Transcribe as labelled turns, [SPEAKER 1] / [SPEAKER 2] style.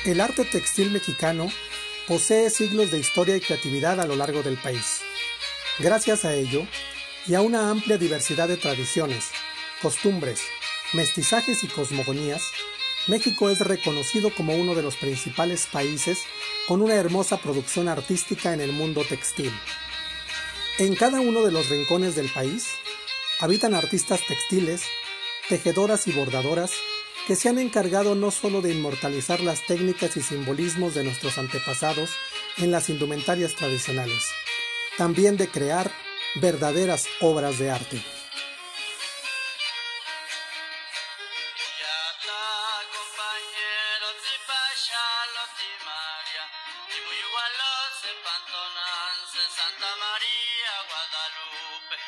[SPEAKER 1] El arte textil mexicano posee siglos de historia y creatividad a lo largo del país. Gracias a ello, y a una amplia diversidad de tradiciones, costumbres, mestizajes y cosmogonías, México es reconocido como uno de los principales países con una hermosa producción artística en el mundo textil. En cada uno de los rincones del país habitan artistas textiles, tejedoras y bordadoras que se han encargado no solo de inmortalizar las técnicas y simbolismos de nuestros antepasados en las indumentarias tradicionales, también de crear verdaderas obras de arte.
[SPEAKER 2] Santa María.